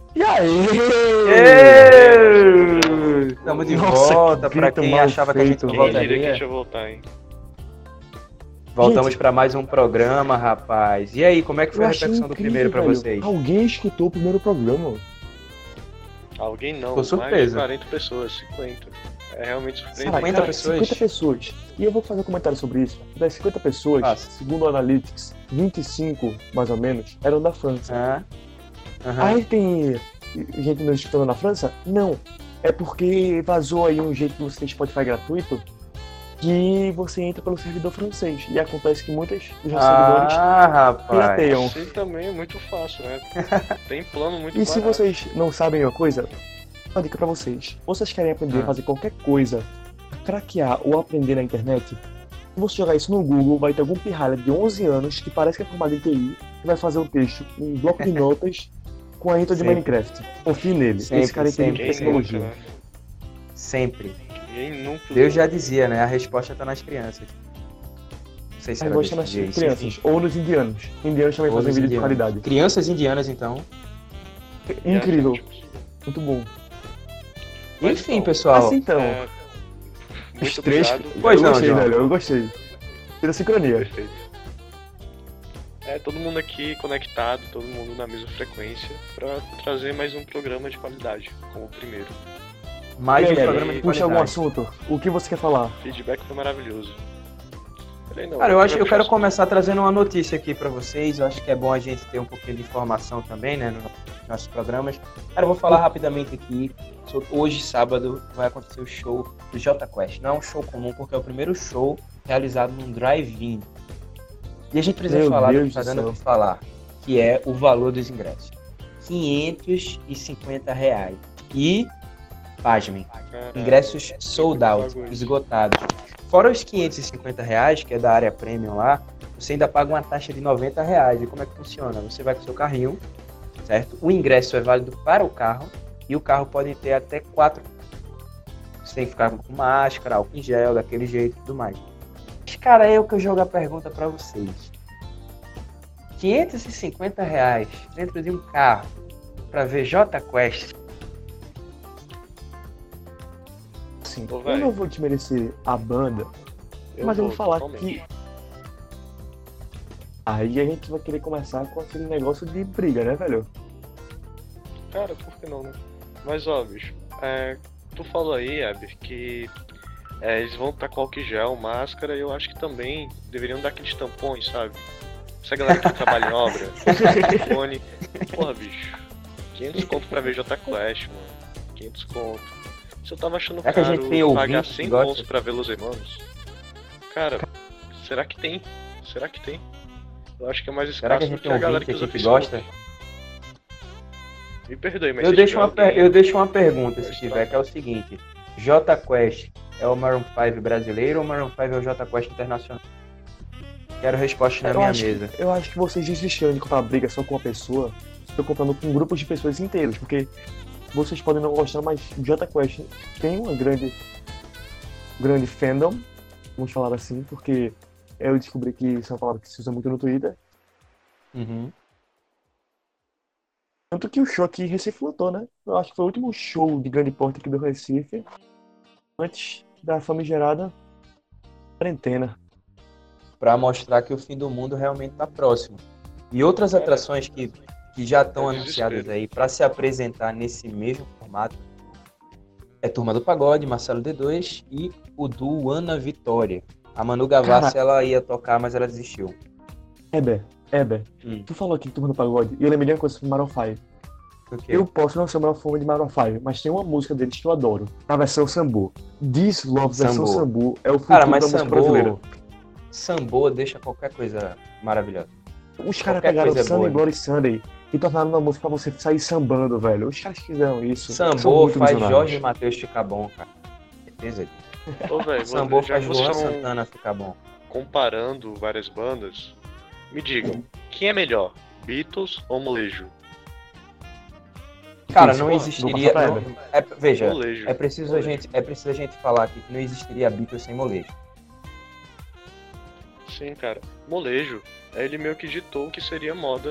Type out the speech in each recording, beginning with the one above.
E aí? Estamos de Nossa, volta. que Para grito quem mal achava que a gente feito, não velho. Quem diria que a voltaria, gente ia voltar, hein? voltamos Gente, para mais um programa, rapaz. E aí, como é que foi eu a achei repercussão do primeiro incrível, para velho. vocês? Alguém escutou o primeiro programa. Alguém não, Tô mais de surpreso. 40 pessoas, 50. É realmente Cara, surpreendente. 50 pessoas? 50 pessoas. E eu vou fazer um comentário sobre isso. Das 50 pessoas, Faça. segundo o Analytics, 25, mais ou menos, eram da França. Ah, aham. Aí tem gente nos escutando na França? Não. É porque vazou aí um jeito que você tem Spotify gratuito que você entra pelo servidor francês. E acontece que muitos dos nossos servidores rapaz. pirateiam. Assim também é muito fácil, né? Tem plano muito E barato. se vocês não sabem uma coisa, uma dica pra vocês. Ou vocês querem aprender a fazer qualquer coisa, craquear ou aprender na internet, se você jogar isso no Google, vai ter algum pirralha de 11 anos que parece que é formado em TI, que vai fazer um texto, um bloco de notas com a intro de Sempre. Minecraft. Confie nele. Sempre, Esse cara entende de sempre, Quem nunca, tecnologia. né? Sempre. Quem nunca Deus usou? já dizia, né? A resposta tá nas crianças. Não sei se Aí era gosta desse nas jeito, crianças, enfim. ou nos indianos. Indianos também Ou fazem nos vídeo de indianos. qualidade. Crianças indianas, então. Incrível, Tipo, muito bom. Mas Enfim, então, pessoal. Assim então, é, os muito três. obrigado. Pois eu não, gostei, João. velho, eu gostei. Pela sincronia. Perfeito. Todo mundo aqui conectado, todo mundo na mesma frequência, pra trazer mais um programa de qualidade, como o primeiro. Mais E um aí, programa de puxa algum qualidade. assunto. O que você quer falar? O feedback foi maravilhoso. Peraí, não, Cara, eu vai quero puxar começar trazendo uma notícia aqui pra vocês. Eu acho que é bom a gente ter um pouquinho de informação também, né, nos nossos programas. Cara, eu vou falar rapidamente aqui. Hoje, sábado, vai acontecer o show do Jota Quest. Não é um show comum, porque é o primeiro show realizado num drive-in. E a gente precisa Meu falar do Deus que tá do dando céu. o que falar, que é o valor dos ingressos. R$ 550. E, pasmem, Caraca, ingressos sold out, bagulho. esgotados. Fora os R$ 550, que é da área premium lá, você ainda paga uma taxa de R$ 90. E como é que funciona? Você vai com o seu carrinho, certo? O ingresso é válido para o carro e o carro pode ter até 4. Você tem que ficar com máscara, álcool em gel, daquele jeito e tudo mais. Mas, cara, é eu que eu jogo a pergunta para vocês. R$ 550 dentro de um carro para ver Jota Quest. Assim, Ô, eu velho. não vou desmerecer a banda, mas eu vou falar totalmente. que aí a gente vai querer começar com aquele negócio de briga, né, velho? Cara, por que não, né? Mas ó, bicho, tu falou aí, Eber, que eles vão estar com álcool em gel, máscara, e eu acho que também deveriam dar aqueles tampões, sabe? Essa galera que trabalha em obra, telefone. Porra, bicho, 500 conto pra ver Jota Quest, mano. 500 conto. Se eu tava achando É que a caro gente tem pagar ouvinte que 100 gosta. conto pra ver Los Hermanos, cara, será que tem? Será que tem? Eu acho que é mais Será que a escasso gente do tem que a galera ouvinte que usa aqui que Facebook. gosta? Me perdoe, mas Eu se deixo, tiver uma, alguém- eu deixo uma pergunta, se Vai tiver, que é o seguinte. Jota Quest é o Maroon 5 brasileiro ou o Maroon 5 é o Jota Quest internacional? Quero resposta na minha mesa. Eu acho que vocês desistiram de comprar briga só com uma pessoa, estão comprando com grupos de pessoas inteiros, porque vocês podem não gostar, mas Jota Quest tem uma grande fandom, vamos falar assim, porque eu descobri que isso é uma palavra que se usa muito no Twitter. Uhum. Tanto que o show aqui em Recife lotou, né? Eu acho que foi o último show de grande porte aqui do Recife, antes da famigerada quarentena. Pra mostrar que o fim do mundo realmente tá próximo. E outras atrações que já estão É anunciadas desespero. aí pra se apresentar nesse mesmo formato é Turma do Pagode, Marcelo D2 e o do Ana Vitória. A Manu Gavassi, ela ia tocar, mas ela desistiu. Eber, tu falou aqui que Turma do Pagode, e eu lembrei de uma coisa sobre Maroon 5. Por quê? Eu posso não ser o maior fã de Maroon 5, mas tem uma música deles que eu adoro, na versão Sambo. This Love versão Sambo. Sambo é o futuro Cara, da mas música brasileira. Sambo deixa qualquer coisa maravilhosa. Os caras qualquer pegaram coisa é Sunday boa. Bloody Sunday e tornaram uma música pra você sair sambando, velho. Os caras fizeram isso. São Sambo muito faz visionários. Jorge Mateus ficar bom, cara. Certeza disso. Ô, velho, Sambo já faz que vocês Luan estão Santana ficar bom. comparando várias bandas, me digam, quem é melhor, Beatles ou Molejo? Cara, Isso, não porra, existiria. vou passar não- pra veja, Molejo. é preciso a gente falar aqui que não existiria Beatles sem molejo. Sim, cara. Molejo, ele meio que ditou o que seria moda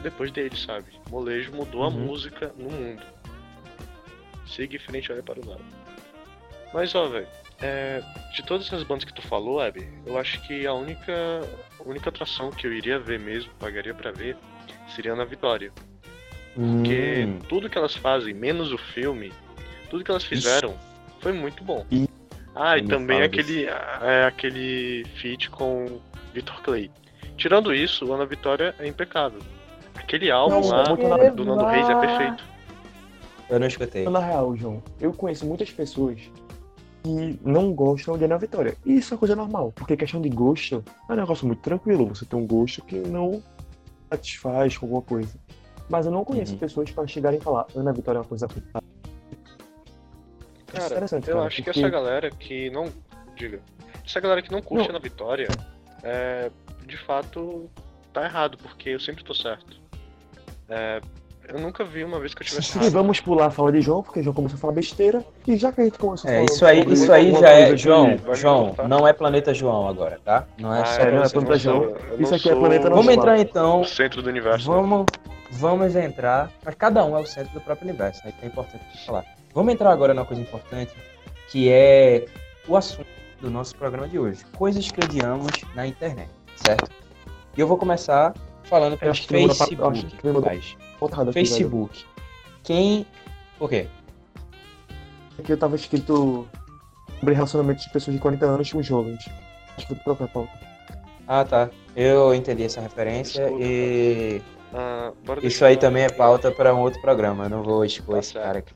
depois dele, sabe? Molejo mudou a Uhum. música no mundo. Siga em frente, olha para o lado. Mas, ó, velho, de todas essas bandas que tu falou, Abby, eu acho que a única atração que eu iria ver mesmo, pagaria pra ver, seria na Vitória. Porque tudo que elas fazem, menos o filme, tudo que elas fizeram foi muito bom. E- E me também fala aquele feat com Victor Clay. Tirando isso, o Ana Vitória é impecável. Aquele álbum Não, lá muito na- do Nando Reis é perfeito. Eu não escutei. Na real, João, eu conheço muitas pessoas que não gostam de Ana Vitória. E isso é coisa normal, porque questão de gosto é um negócio muito tranquilo. Você tem um gosto que não satisfaz com alguma coisa. Mas eu não conheço pessoas para chegarem e falar Ana Vitória é uma coisa ruim. Isso é Cara, interessante, eu cara, acho que porque- essa galera que não. Diga. Essa galera que não curte Ana Vitória, de fato, tá errado, porque eu sempre tô certo. Eu nunca vi uma vez que eu tivesse E errado. vamos pular a fala de João, porque João começou a falar besteira. E já que a gente começou falando Isso aí sobre alguma já é. coisa João, vai me João, cortar. não é Planeta João agora, tá? Não é só pra não é você Planeta não João. saber. Eu Isso não aqui é sou Planeta Vamos Nosso entrar Lar. então. o centro do universo. né? Vamos entrar. Mas cada um é o centro do próprio universo, né? Que é importante falar. Vamos entrar agora numa coisa importante, que é o assunto do nosso programa de hoje. Coisas que odiamos na internet, certo? E eu vou começar falando Eu pelo acho que demorou pra- eu Facebook. acho que demorou. Rapaz. Volta errado aqui, velho. Facebook. Quem. O quê? Aqui eu tava escrito sobre relacionamentos de pessoas de 40 anos com jovens. Acho que vou trocar a pauta. Ah, tá. Eu entendi essa referência Desculpa, e Bora isso deixar aí também é pauta para um outro programa. Eu não vou expor Tá esse certo. cara aqui.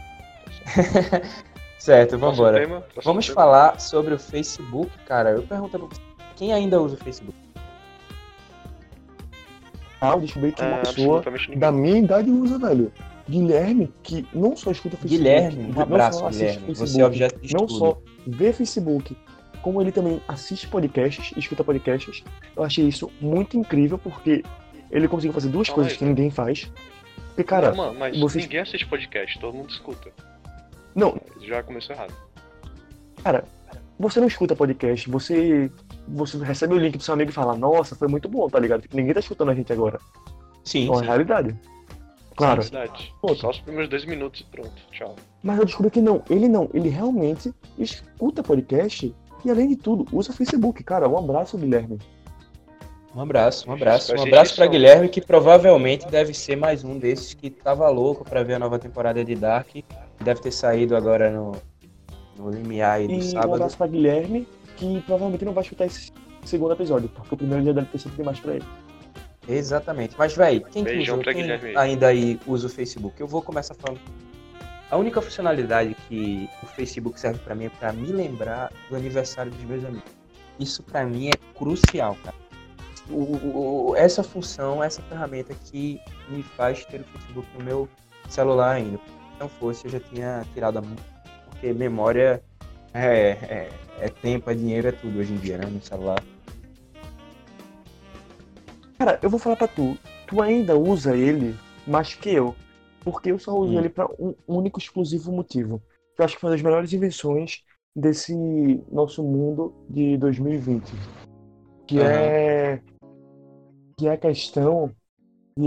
Certo, Próximo vambora. tema, próximo Vamos tema. falar sobre o Facebook, cara. Eu pergunto pra você, quem ainda usa o Facebook? Eu descobri que uma pessoa Absolutamente ninguém. da minha idade usa, velho. Guilherme, que não só escuta Facebook. Guilherme, um não abraço, só assiste Guilherme. Você é Facebook, objeto de não estudo. só vê Facebook, como ele também assiste podcasts, escuta podcasts. Eu achei isso muito incrível, porque ele conseguiu fazer duas Calma coisas aí, que velho. ninguém faz. Porque, cara, Não, mano, mas vocês- ninguém assiste podcast, todo mundo escuta. não, Já começou errado. cara, você não escuta podcast, você recebe o link do seu amigo e fala, nossa, foi muito bom, tá ligado? Ninguém tá escutando a gente agora. Sim, É uma sim. realidade. Claro. Verdade. Outro. Só os primeiros 2 minutos e pronto. Tchau. Mas eu descobri que não, ele realmente escuta podcast e, além de tudo, usa Facebook. Cara, um abraço, Guilherme. Um abraço, um abraço. Vai Um ser abraço pra edição. Guilherme, que provavelmente deve ser mais um desses que tava louco pra ver a nova temporada de Dark. Que deve ter saído agora no limiar aí do E um sábado. abraço pra Guilherme, que provavelmente não vai escutar esse segundo episódio, porque o primeiro já deve ter sido demais pra ele. Exatamente. Mas, velho, quem, que Beijão usa, pra quem Guilherme. ainda aí usa o Facebook? Eu vou começar falando. A única funcionalidade que o Facebook serve pra mim é pra me lembrar do aniversário dos meus amigos. Isso pra mim é crucial, cara. Essa função, essa ferramenta que me faz ter o Facebook no meu celular ainda. Se não fosse, eu já tinha tirado a mão. Porque memória é tempo, é dinheiro, é tudo hoje em dia, né? No celular. Cara, eu vou falar pra tu, tu ainda usa ele mais que eu, porque eu só uso ele pra um único exclusivo motivo. Que eu acho que foi uma das melhores invenções desse nosso mundo de 2020. Que é a questão que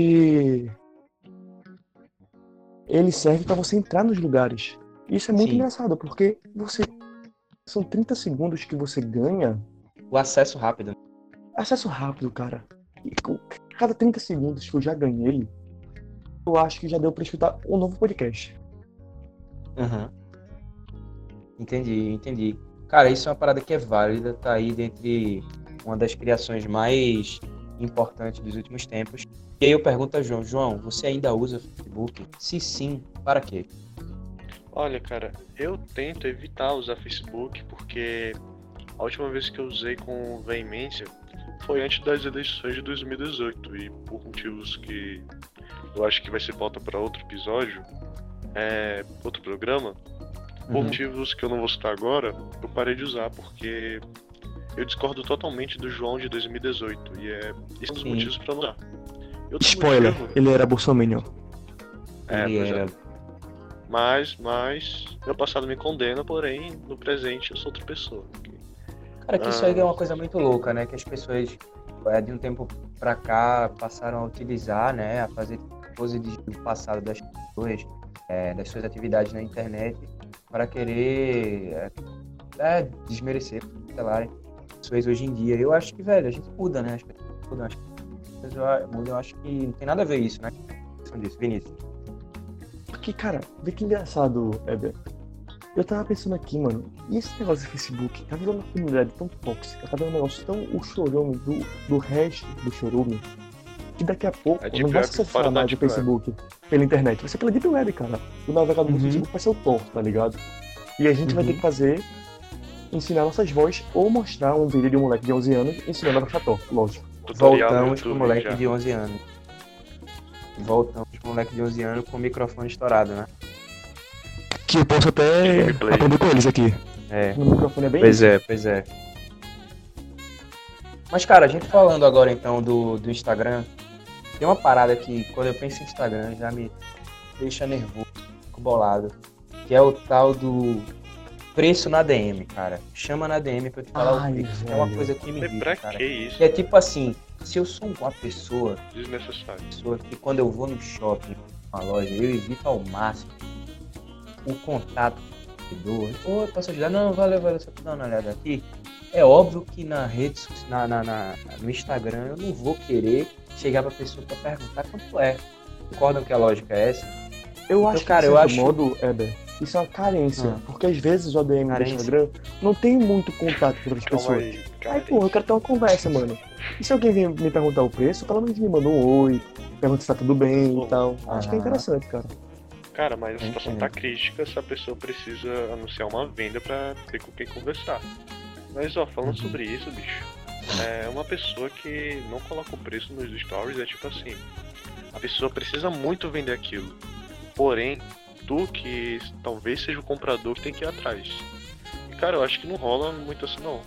ele serve pra você entrar nos lugares. Isso é muito Sim. engraçado, porque são 30 segundos que você ganha O acesso rápido. acesso rápido, cara. E com cada 30 segundos que eu já ganhei, eu acho que já deu pra escutar um novo podcast. Uhum. Entendi. Cara, isso é uma parada que é válida, tá aí dentre uma das criações mais importantes dos últimos tempos. E aí eu pergunto a João, você ainda usa Facebook? Se sim, para quê? Olha, cara, eu tento evitar usar Facebook porque a última vez que eu usei com veemência foi antes das eleições de 2018 e por motivos que eu acho que vai ser pauta para outro episódio, outro programa, por motivos que eu não vou citar agora, eu parei de usar porque eu discordo totalmente do João de 2018 e esse é um dos Sim. motivos para não usar. Outro Spoiler, motivo- ele era bolsominion. Ele pois é. era... Mas meu passado me condena, porém, no presente eu sou outra pessoa. Cara, que isso aí é uma coisa muito louca, né? Que as pessoas de um tempo pra cá, passaram a utilizar, né, a fazer pose do passado das pessoas, das suas atividades na internet, para querer desmerecer, sei lá, pessoas hoje em dia. Eu acho que, velho, a gente muda, né? As pessoas mudam, eu acho que não tem nada a ver isso, né? Disso, Vinícius. Porque, cara, vê que engraçado, Heber. Eu tava pensando aqui, mano, e esse negócio do Facebook tá virando uma comunidade tão tóxica, tá virando um negócio tão o chorume do resto do chorume, que daqui a pouco não vai se acessar mais o Facebook pela internet, vai ser pela Deep Web, cara. O navegador do Facebook vai ser o Tor, tá ligado? E a gente vai ter que ensinar nossas vozes ou mostrar um vídeo de um moleque de 11 anos ensinando a baixar Tor, lógico. Voltamos pro moleque de 11 anos. Voltamos pro moleque de 11 anos com o microfone estourado, né? Que eu posso até aprender com eles aqui. O microfone é bem Pois é. Mas, cara, a gente falando agora, então, do Instagram, tem uma parada que, quando eu penso em Instagram, já me deixa nervoso, fico bolado, que é o tal do preço na DM, cara. Chama na DM pra eu te falar o preço. É uma coisa que me irrita, cara. Que isso? Que é tipo assim, se eu sou uma pessoa Desnecessário. que quando eu vou no shopping, uma loja, eu evito ao máximo o contato com o vendedor. Oi, posso ajudar? Não, valeu, só pra dar uma olhada aqui. É óbvio que na rede, no Instagram, eu não vou querer chegar pra pessoa pra perguntar quanto é. Concordam que a lógica é essa? Eu acho que, de certo modo, Heber, isso é uma carência. Porque às vezes o ADM do Instagram não tem muito contato com outras pessoas. Aí, porra, eu quero ter uma conversa, mano. E se alguém vem me perguntar o preço, pelo menos me manda um oi, pergunta se tá tudo bem e tal. Acho que é interessante, cara. Cara, mas a situação tá crítica se a pessoa precisa anunciar uma venda pra ter com quem conversar. Mas, ó, falando sobre isso, bicho, uma pessoa que não coloca o preço nos stories é tipo assim, a pessoa precisa muito vender aquilo, porém, tu que talvez seja o comprador que tem que ir atrás. E, cara, eu acho que não rola muito assim, não.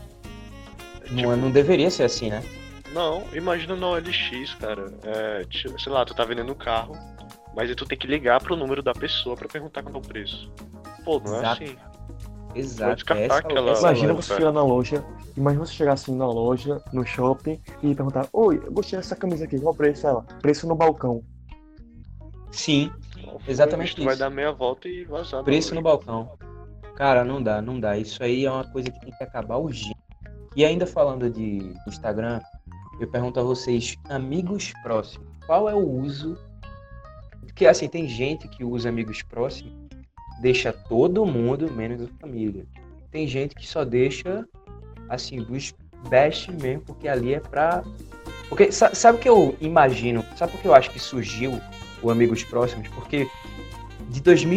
Não deveria ser assim, né? Não, imagina na OLX, cara, sei lá, tu tá vendendo um carro, mas aí tu tem que ligar pro número da pessoa pra perguntar quanto é o preço. Pô, não é assim. Exato. Imagina você chegar na loja, imagina você chegar assim na loja, no shopping, e perguntar: oi, eu gostei dessa camisa aqui, qual o preço? Ela, preço no balcão. Sim, exatamente isso. Vai dar meia volta e vazar. Preço no balcão. Cara, não dá. Isso aí é uma coisa que tem que acabar urgente. E ainda falando de Instagram, eu pergunto a vocês, amigos próximos, qual é o uso? Porque assim, tem gente que usa amigos próximos, deixa todo mundo menos a família. Tem gente que só deixa, assim, dos best mesmo, porque ali é pra... Porque sabe o que eu imagino? Sabe por que eu acho que surgiu o Amigos Próximos? Porque de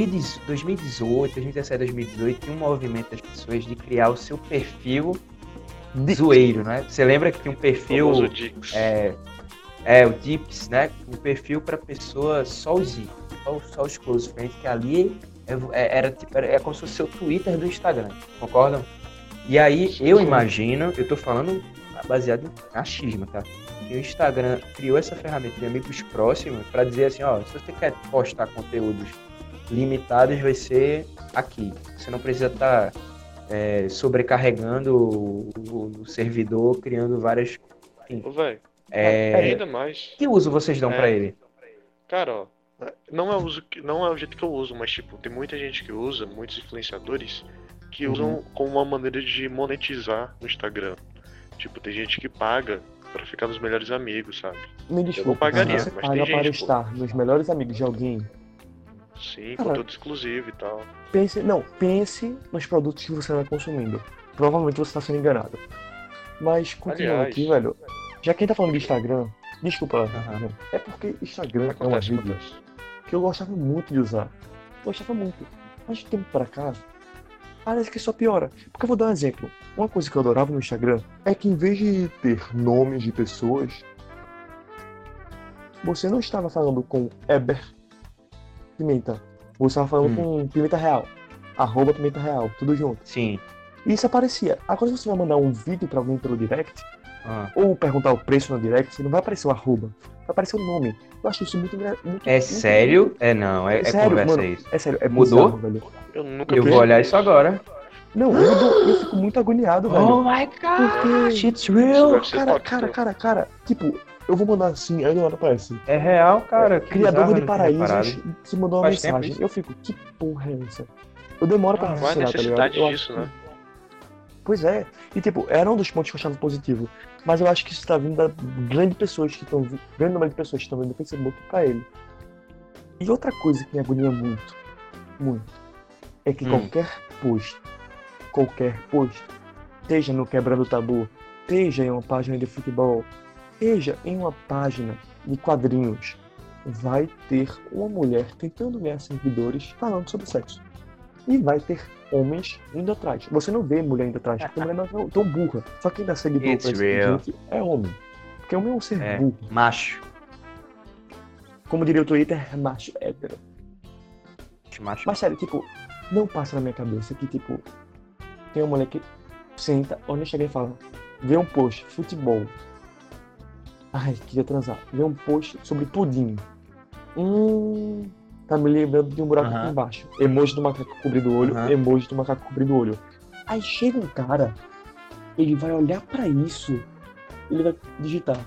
2018, 2017, 2018, tinha um movimento das pessoas de criar o seu perfil zoeiro, né? Você lembra que tinha um perfil... O Dix. O Dips, né? Um perfil pra pessoa só os close friends, que ali... É como se fosse o seu Twitter do Instagram, concordam? E aí, eu imagino, eu tô falando baseado em achismo, tá? Que o Instagram criou essa ferramenta de amigos próximos pra dizer assim, ó, se você quer postar conteúdos limitados, vai ser aqui. Você não precisa estar sobrecarregando o servidor, criando várias... Enfim, velho, ainda mais... Que uso vocês dão pra ele? Cara, ó, não é o jeito que eu uso, mas tipo, tem muita gente que usa, muitos influenciadores que usam como uma maneira de monetizar no Instagram. Tipo, tem gente que paga pra ficar nos melhores amigos, sabe? Me desculpa, eu não pagaria, você mas paga tem gente, para estar nos melhores amigos de alguém? Sim, conteúdo exclusivo e tal. Pense nos produtos que você vai consumindo. Provavelmente você está sendo enganado. Mas continuando aqui, velho, já que a gente tá falando de Instagram, desculpa, é porque Instagram é uma rede que eu gostava muito de usar. Gostava muito. Mas de tempo pra cá, parece que só piora. Porque eu vou dar um exemplo. Uma coisa que eu adorava no Instagram é que em vez de ter nomes de pessoas, você não estava falando com Heber Pimenta. Você estava falando com Pimenta Real. @Pimenta Real, tudo junto. Sim. E isso aparecia. Agora você vai mandar um vídeo pra alguém pelo direct, ou perguntar o preço no direct, não vai aparecer o arroba, vai aparecer o nome. Eu acho isso muito sério? Não, é sério, conversa mano, isso. É sério, é Mudou? bizarro, velho. Eu nunca vou olhar isso agora. Não, eu fico muito agoniado, velho. Oh my gosh, it's Isso real! deve ser Cara, tipo, eu vou mandar assim, aí na hora aparece. É real, cara. que Criador bizarro, de eu não tinha paraísos reparado. te mandou uma Faz tempo mensagem. isso. Eu fico, que porra é essa? Eu demoro pra Ah, Qual é a raciocinar, tá ligado? necessidade Eu disso, acho né? Pois é. E tipo, era um dos pontos que eu achava positivo. Mas eu acho que isso tá vindo da grande número de pessoas que estão vendo o Facebook pra ele. E outra coisa que me agonia muito, é que qualquer post, seja no Quebrando o Tabu, seja em uma página de futebol, seja em uma página de quadrinhos, vai ter uma mulher tentando ganhar seguidores falando sobre sexo. E vai ter homens indo atrás. Você não vê mulher indo atrás, porque a mulher não é tão burra. Só quem dá seguidor It's pra esse real. gente é homem. Porque homem é um ser É, burro. macho. Como diria o Twitter, é macho hétero. Macho. Mas sério, tipo, não passa na minha cabeça que, tipo, tem uma mulher que senta, olha, chega e fala, vê um post, futebol. Ai, queria transar. Vê um post sobre tudinho. Tá me lembrando de um buraco aqui Aham. embaixo. Emoji do macaco cobrindo o olho, Aham. emoji do macaco cobrindo o olho. Aí chega um cara, ele vai olhar pra isso, ele vai digitar.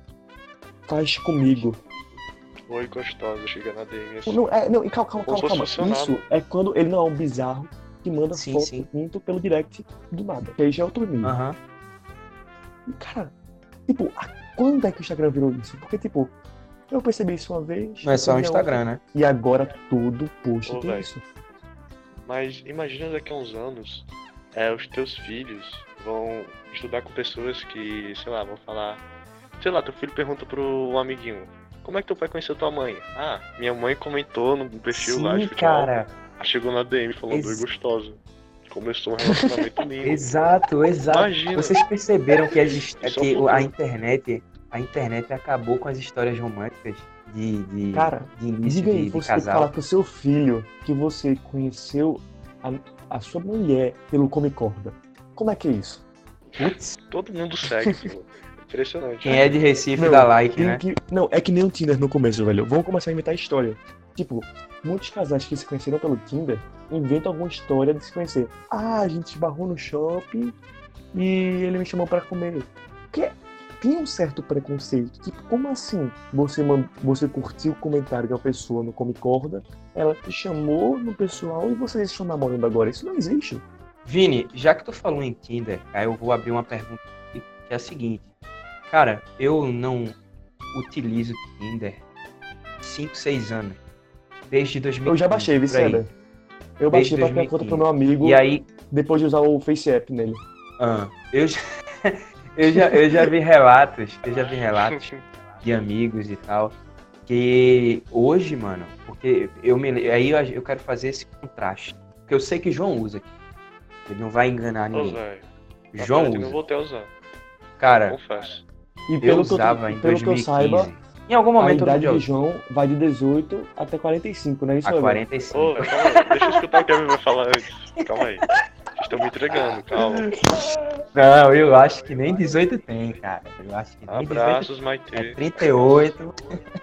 Faz comigo. Oi, gostosa, chega na DM assim. Não, calma. Como se fosse funcional. Isso é quando ele não é um bizarro que manda Sim, foto sim. muito pelo direct do nada. Que aí já é outro nível. Aham. E, cara, tipo, quando é que o Instagram virou isso? Porque, tipo, eu percebi isso uma vez. Não é só o percebi Instagram, outra, né? E agora todo post Ô, tem velho. isso. Mas imagina daqui a uns anos, os teus filhos vão estudar com pessoas que, sei lá, vão falar. Sei lá, teu filho pergunta pro um amiguinho: como é que teu pai conheceu tua mãe? Ah, minha mãe comentou no perfil lá de Sim, futebol. cara. Aí chegou na DM falando: oi, gostosa. Começou um relacionamento lindo. Exato. Imagina. Vocês perceberam que, Isso é que um a futuro. internet acabou com as histórias românticas de Cara, início diga aí, de você casal? falar pro seu filho que você conheceu a sua mulher pelo Come Corda. Como é que é isso? Putz, Todo mundo segue, pô. Impressionante. quem é de Recife Não, dá like, tem né? Não, é que nem o Tinder no começo, velho. Vamos começar a inventar história. Tipo, muitos casais que se conheceram pelo Tinder inventam alguma história de se conhecer. Ah, a gente esbarrou no shopping e ele me chamou pra comer. Porque tem um certo preconceito. Tipo, como assim você curtiu o comentário de uma pessoa no Come Corda, ela te chamou no pessoal e vocês estão namorando agora? Isso não existe. Vini, já que tu falou em Tinder, aí eu vou abrir uma pergunta aqui, que é a seguinte. Cara, eu não utilizo Tinder 5, 6 anos. Desde 2015. Eu já baixei, por aí. Vicenda. Eu Desde baixei pra criar conta 2015. pro meu amigo E aí, depois de usar o Face App nele. eu já, eu já vi relatos de amigos e tal, que hoje, mano, porque eu quero fazer esse contraste. Porque eu sei que João usa aqui. Ele não vai enganar Ô, ninguém. velho. João Eu não usa. voltei a usar, Cara, confesso. E eu usava em pelo que eu 2015. saiba, Em algum a momento eu idade não de João vai de 18 até 45, não é isso, a Léo? 45. Ô, calma aí, deixa eu escutar o que a Kevin vai falar antes. Calma aí. Vocês estão me entregando, calma. Não, eu acho que nem 18 tem, cara. Eu acho que nem 18 Abraços, é Maitê. 38.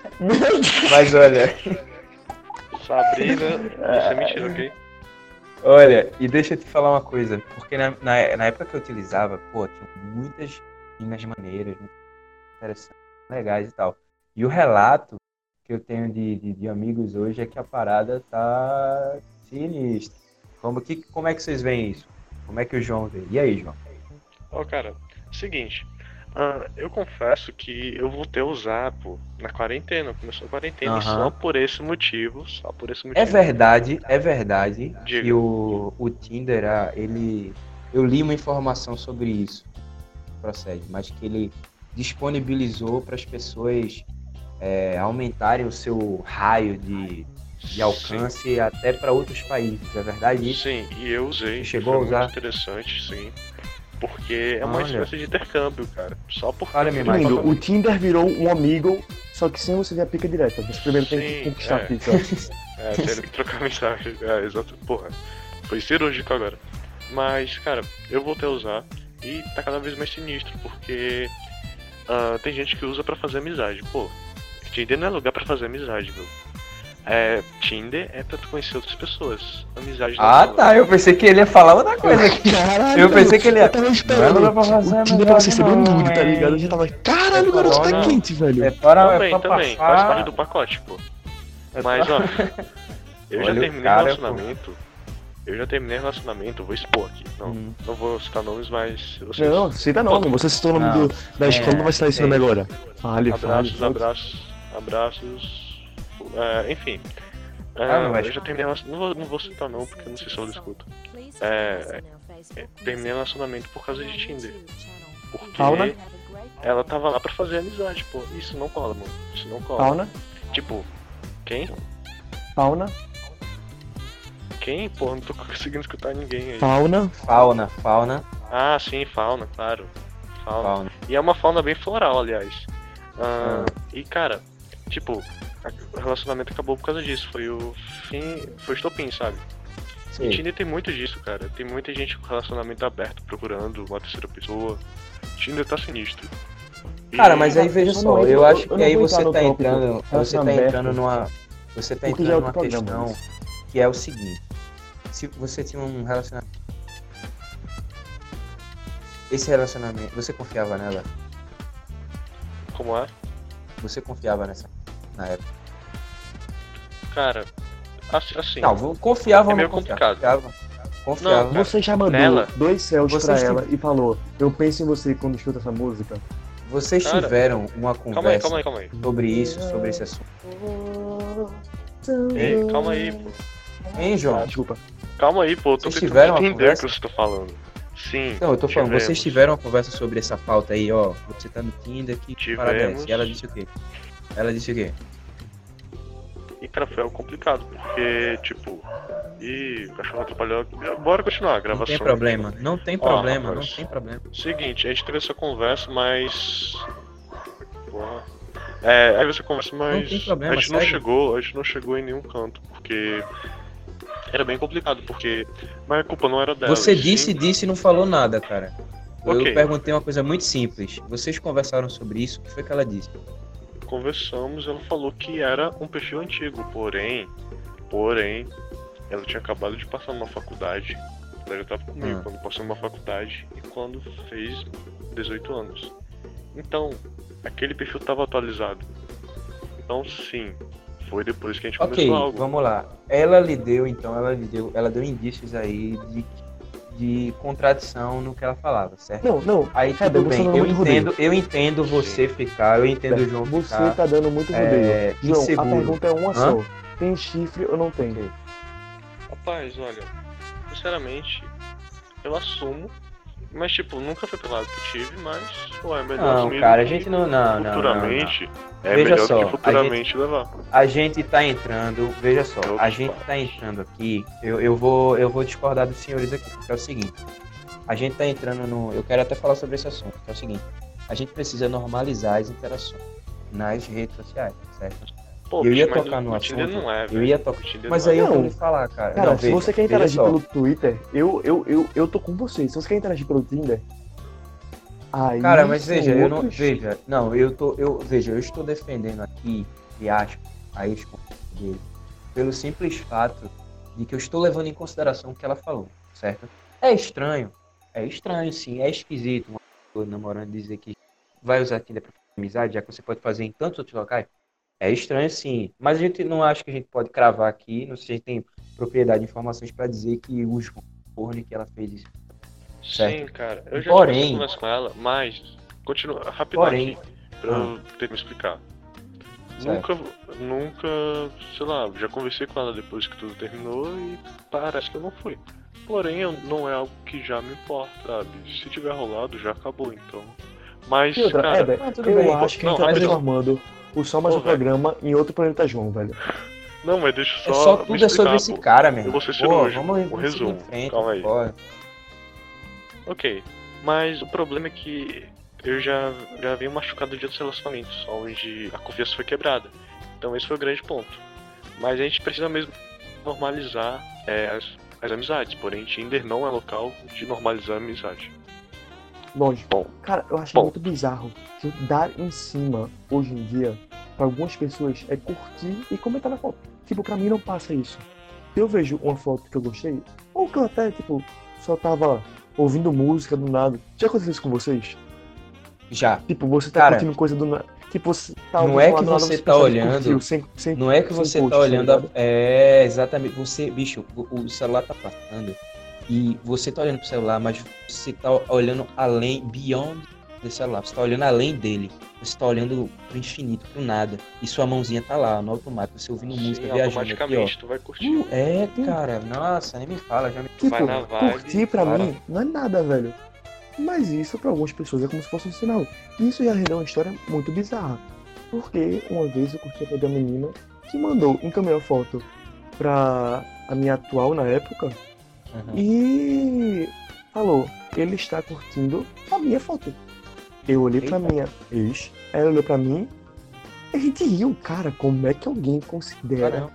Mas olha, Sabrina, isso é mentira, ok? olha, e deixa eu te falar uma coisa. Porque na época que eu utilizava, pô, tinha muitas meninas maneiras, muito interessantes, legais e tal. E o relato que eu tenho de amigos hoje é que a parada tá sinistra. Como é que vocês veem isso? Como é que o João vê? E aí, João? Ó, cara, seguinte. Eu confesso que eu voltei a usar, pô, na quarentena. Começou a quarentena e Aham. só por esse motivo. Só por esse motivo. É verdade Diga. que o Tinder, eu li uma informação sobre isso, procede, mas que ele disponibilizou para as pessoas aumentarem o seu raio de alcance até para outros países, é verdade isso? Sim, e eu usei. Você chegou foi a usar? muito interessante, sim. Porque é uma Olha. espécie de intercâmbio, cara. Só por Fala-me causa mais. disso. Lindo, o Tinder virou um amigo, só que sem você ver a pica direta. Você primeiro tem que Sim, conquistar é. a pica. Tendo que trocar mensagem. Exato. Porra, foi cirúrgico agora. Mas, cara, eu voltei a usar e tá cada vez mais sinistro, porque tem gente que usa pra fazer amizade. Pô, Tinder não é lugar pra fazer amizade, meu. Tinder é pra tu conhecer outras pessoas. Amizade não Ah, rola. tá. Eu pensei que ele ia falar outra coisa aqui. Caralho, Eu pensei que ele ia. eu tava esperando. Não, pra fazer O Tinder pra você receber um nude, tá ligado? Eu já tava, caralho, o garoto tá não. quente, velho. É para Também, faz parte do pacote, pô. Mas, ó, eu já Olha o terminei cara, relacionamento. Eu já terminei relacionamento, eu vou expor aqui. Não vou citar nomes, mas vocês. Não, cita nome. Você citou o nome da escola, não vai citar esse nome agora. Fale. Abraços. Enfim. Eu já terminei relacionamento. Não vou citar não, porque eu não sei se eu escuto. Terminei relacionamento por causa de Tinder. Porque Fauna? ela tava lá pra fazer amizade, pô. Isso não cola, mano. Isso não cola. Fauna? Tipo, quem? Fauna? Quem? Pô, não tô conseguindo escutar ninguém aí. Fauna? Fauna. Ah, sim, fauna, claro. Fauna. E é uma fauna bem floral, aliás. E, cara, tipo, o relacionamento acabou por causa disso. Foi o estopim, sabe? Sim. E Tinder tem muito disso, cara. Tem muita gente com relacionamento aberto procurando uma terceira pessoa. Tinder tá sinistro. Cara, mas aí veja só, eu acho que aí você no tá tópico entrando. Você tá aberto. entrando numa. Você tá Porque já é entrando outro numa programa, questão que é o seguinte. Se você tinha um relacionamento. Esse relacionamento, você confiava nela? Como é? Você confiava na época? Cara, assim. Não, confiava É ou meio não confiava? complicado. Confiava. Não, cara, Você já mandou nela, 2 céus pra vocês ela e falou, eu penso em você quando escuta essa música. Vocês Cara, tiveram uma conversa Calma aí. sobre isso, sobre esse assunto? Ei, calma aí, pô. Hein, João? Desculpa. Calma aí, pô. Eu tô Vocês tentando tiveram uma entender o conversa? que você tá falando. Sim. Não, eu tô falando, tivemos. vocês tiveram uma conversa sobre essa pauta aí, ó. Você tá no Tinder, que parada é Tivemos. essa? E ela disse o quê? Ela disse o quê? E, cara, foi algo complicado, porque, tipo... Ih, o cachorro atrapalhou. Bora continuar a Não gravação. tem problema, não tem problema, não rapaz. tem problema. Seguinte, a gente teve essa conversa, mas... Porra. Aí você conversa, mas Não tem problema, a gente não segue. chegou em nenhum canto, porque era bem complicado, porque mas a culpa não era dela. Você e disse e não falou nada, cara. Eu Ok. perguntei uma coisa muito simples. Vocês conversaram sobre isso, o que foi que ela disse? Conversamos, ela falou que era um perfil antigo, porém, ela tinha acabado de passar numa faculdade. Ela já tava comigo quando passou numa faculdade e quando fez 18 anos. Então, aquele perfil tava atualizado. Então, sim, foi depois que a gente Ok, começou algo. vamos lá. Ela deu indícios aí de contradição no que ela falava, certo? Não. Aí Heber, tudo você bem, tá dando muito rodeio. eu entendo você ficar, eu entendo o João Você ficar. tá dando muito rodeio. João, inseguro. a pergunta é uma só. Tem chifre ou não tem? Rapaz, olha, sinceramente, eu assumo, mas tipo, nunca foi pro lado que eu tive, mas, pô, é melhor Não, assumir cara, a do que gente não. futuramente, é Veja melhor só, do que futuramente levar. A gente tá entrando, veja só, a gente tá entrando aqui, eu vou discordar dos senhores aqui, porque é o seguinte, a gente tá entrando no, eu quero até falar sobre esse assunto, que é o seguinte, a gente precisa normalizar as interações nas redes sociais, certo? Pô, Eu ia mas tocar no o Tinder assunto, não é, eu velho. ia tocar, O Tinder mas não aí é. eu vou Não. lhe falar, cara. Cara, Não, se você quer interagir veja só. pelo Twitter, eu tô com você. Se você quer interagir pelo Tinder, aí Cara, mas são veja, eu não. outros- Veja, não, eu estou defendendo aqui, de aspas, a ex-companheira dele, pelo simples fato de que eu estou levando em consideração o que ela falou, certo? É estranho sim, é esquisito uma pessoa namorando dizer que vai usar Tinder pra fazer amizade, já que você pode fazer em tantos outros locais. É estranho sim, mas a gente não acha que a gente pode cravar aqui, não sei se a gente tem propriedade de informações para dizer que o João Forne que ela fez isso. Sim, cara, eu já Porém- tive essa conversa com ela, mas, continua, rapidão Porém- aqui, pra eu ter que me explicar. Certo. Nunca, sei lá, já conversei com ela depois que tudo terminou e parece que eu não fui. Porém, não é algo que já me importa, sabe? Se tiver rolado, já acabou, então. Mas, E outra, cara, Heber, tudo eu bem. acho que a gente Não, tá mas eu- transformando o Só Mais Pô, Um Programa em outro Planeta João, velho. não, mas deixa eu É só só me tudo é sobre explicar, esse pô. cara, meu Eu irmão. vou ser Pô, cirúrgico, vamos um seguir resumo, em frente, calma aí. bora. Ok, mas o problema é que eu já venho machucado de outros relacionamentos, onde a confiança foi quebrada. Então esse foi o grande ponto. Mas a gente precisa mesmo normalizar as amizades, porém Tinder não é local de normalizar a amizade. Lógico. Bom, Cara, eu acho Bom. muito bizarro que dar em cima, hoje em dia, pra algumas pessoas é curtir e comentar na foto. Tipo, pra mim não passa isso. Se eu vejo uma foto que eu gostei, ou que eu até, tipo, só tava ouvindo música do nada. Já aconteceu isso com vocês? Já. Tipo, você tá Cara, curtindo coisa do nada. Tipo, você tá não ouvindo é falar que do nada, você você tá percebe que olhando. curtiu, sem Não é que sem você post, tá olhando. ligado? É, exatamente. Você, bicho, o celular tá passando. E você tá olhando pro celular, mas você tá olhando além, beyond do celular. Você tá olhando além dele. Você tá olhando pro infinito, pro nada. E sua mãozinha tá lá, no automático. Você ouvindo música, Sim, viajando aqui, ó. automaticamente tu vai curtir. Cara, nossa, nem me fala, já me... Tu vai Tipo, na vibe. curtir pra Para. mim não é nada, velho. Mas isso pra algumas pessoas é como se fosse um sinal. E isso já rendeu uma história muito bizarra. Porque uma vez eu curti a da menina que encaminhou a foto pra a minha atual na época Uhum. e falou, ele está curtindo a minha foto. Eu olhei pra Eita. minha ex, ela olhou pra mim e a gente riu. Cara, como é que alguém considera Caramba.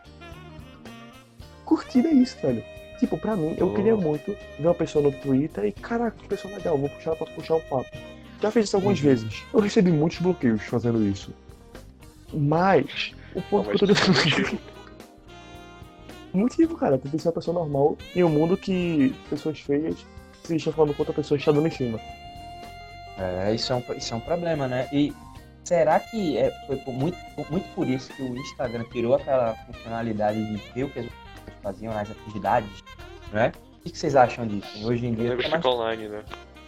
curtida isso, velho? Tipo, pra mim, eu Oh. queria muito ver uma pessoa no Twitter e, caraca, que pessoa legal, vou puxar ela pra puxar um papo. Já fiz isso algumas Uhum. vezes. Eu recebi muitos bloqueios fazendo isso. Mas, o Não, ponto mas que eu tô tu tem motivo. motivo, cara, tu tem que ser uma pessoa normal em um mundo que pessoas feias se estão falando com outra pessoa que está dando em cima. Isso é um problema, né? E será que foi muito por isso que o Instagram tirou aquela funcionalidade de ver o que as pessoas faziam nas atividades, não é? O que vocês acham disso? Hoje em O dia negócio tá fica online, né?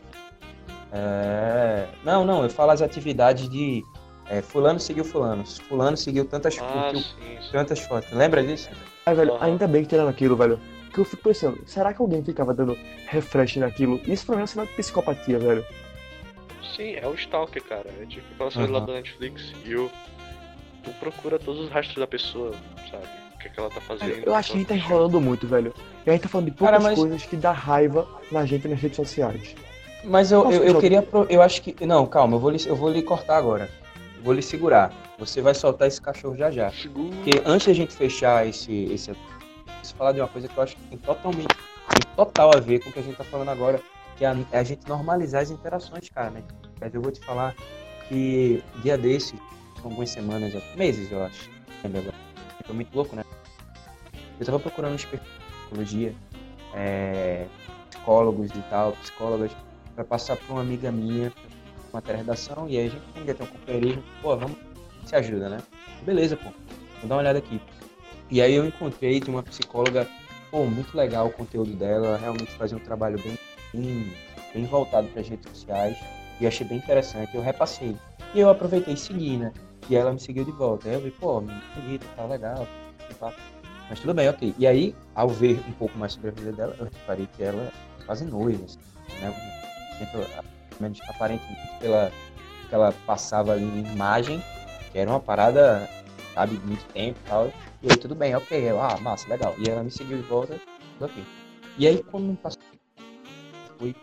Não, eu falo as atividades de fulano seguiu fulano seguiu tantas, Ah, curtiu sim. tantas fotos. Lembra disso? Aí, velho, Aham. ainda bem que tiraram aquilo, velho. Que eu fico pensando, será que alguém ficava dando refresh naquilo? Isso pra mim é um sinal de psicopatia, velho. Sim, é o Stalker, cara. É tipo aquela série lá Aham. da Netflix e tu procura todos os rastros da pessoa, sabe? O que é que ela tá fazendo. Eu acho que a gente tá ela tá enrolando muito, velho. E a gente tá falando de Cara, poucas mas- coisas que dá raiva na gente nas redes sociais. Mas eu Posso puxar queria. Eu acho que. Não, calma, eu vou lhe cortar agora. Vou lhe segurar. Você vai soltar esse cachorro já já. Segura. Porque antes da gente fechar preciso falar de uma coisa que eu acho que tem total a ver com o que a gente tá falando agora, que é a gente normalizar as interações, cara, né? Mas eu vou te falar que dia desses, algumas semanas, meses, eu acho. Lembra agora? Foi muito louco, né? Eu tava procurando um psicologia, psicólogos e tal, psicólogas, pra passar pra uma amiga minha, uma redação, e aí a gente ainda tem um companheirismo, pô, vamos, se ajuda, né? Beleza, pô, vou dar uma olhada aqui. E aí eu encontrei de uma psicóloga, pô, muito legal o conteúdo dela, realmente fazia um trabalho bem voltado para as redes sociais, e achei bem interessante, eu repassei. E eu aproveitei e segui, né? E ela me seguiu de volta. Aí eu vi, pô, muito bonita, tá legal, tá. Mas tudo bem, ok. E aí, ao ver um pouco mais sobre a vida dela, eu reparei que ela é quase noiva, assim, né? Pelo menos aparentemente pela que ela passava ali em imagem, que era uma parada, sabe, de muito tempo e tal. E aí tudo bem, ok. Eu, massa, legal. E ela me seguiu de volta, tudo ok. E aí quando passou, foi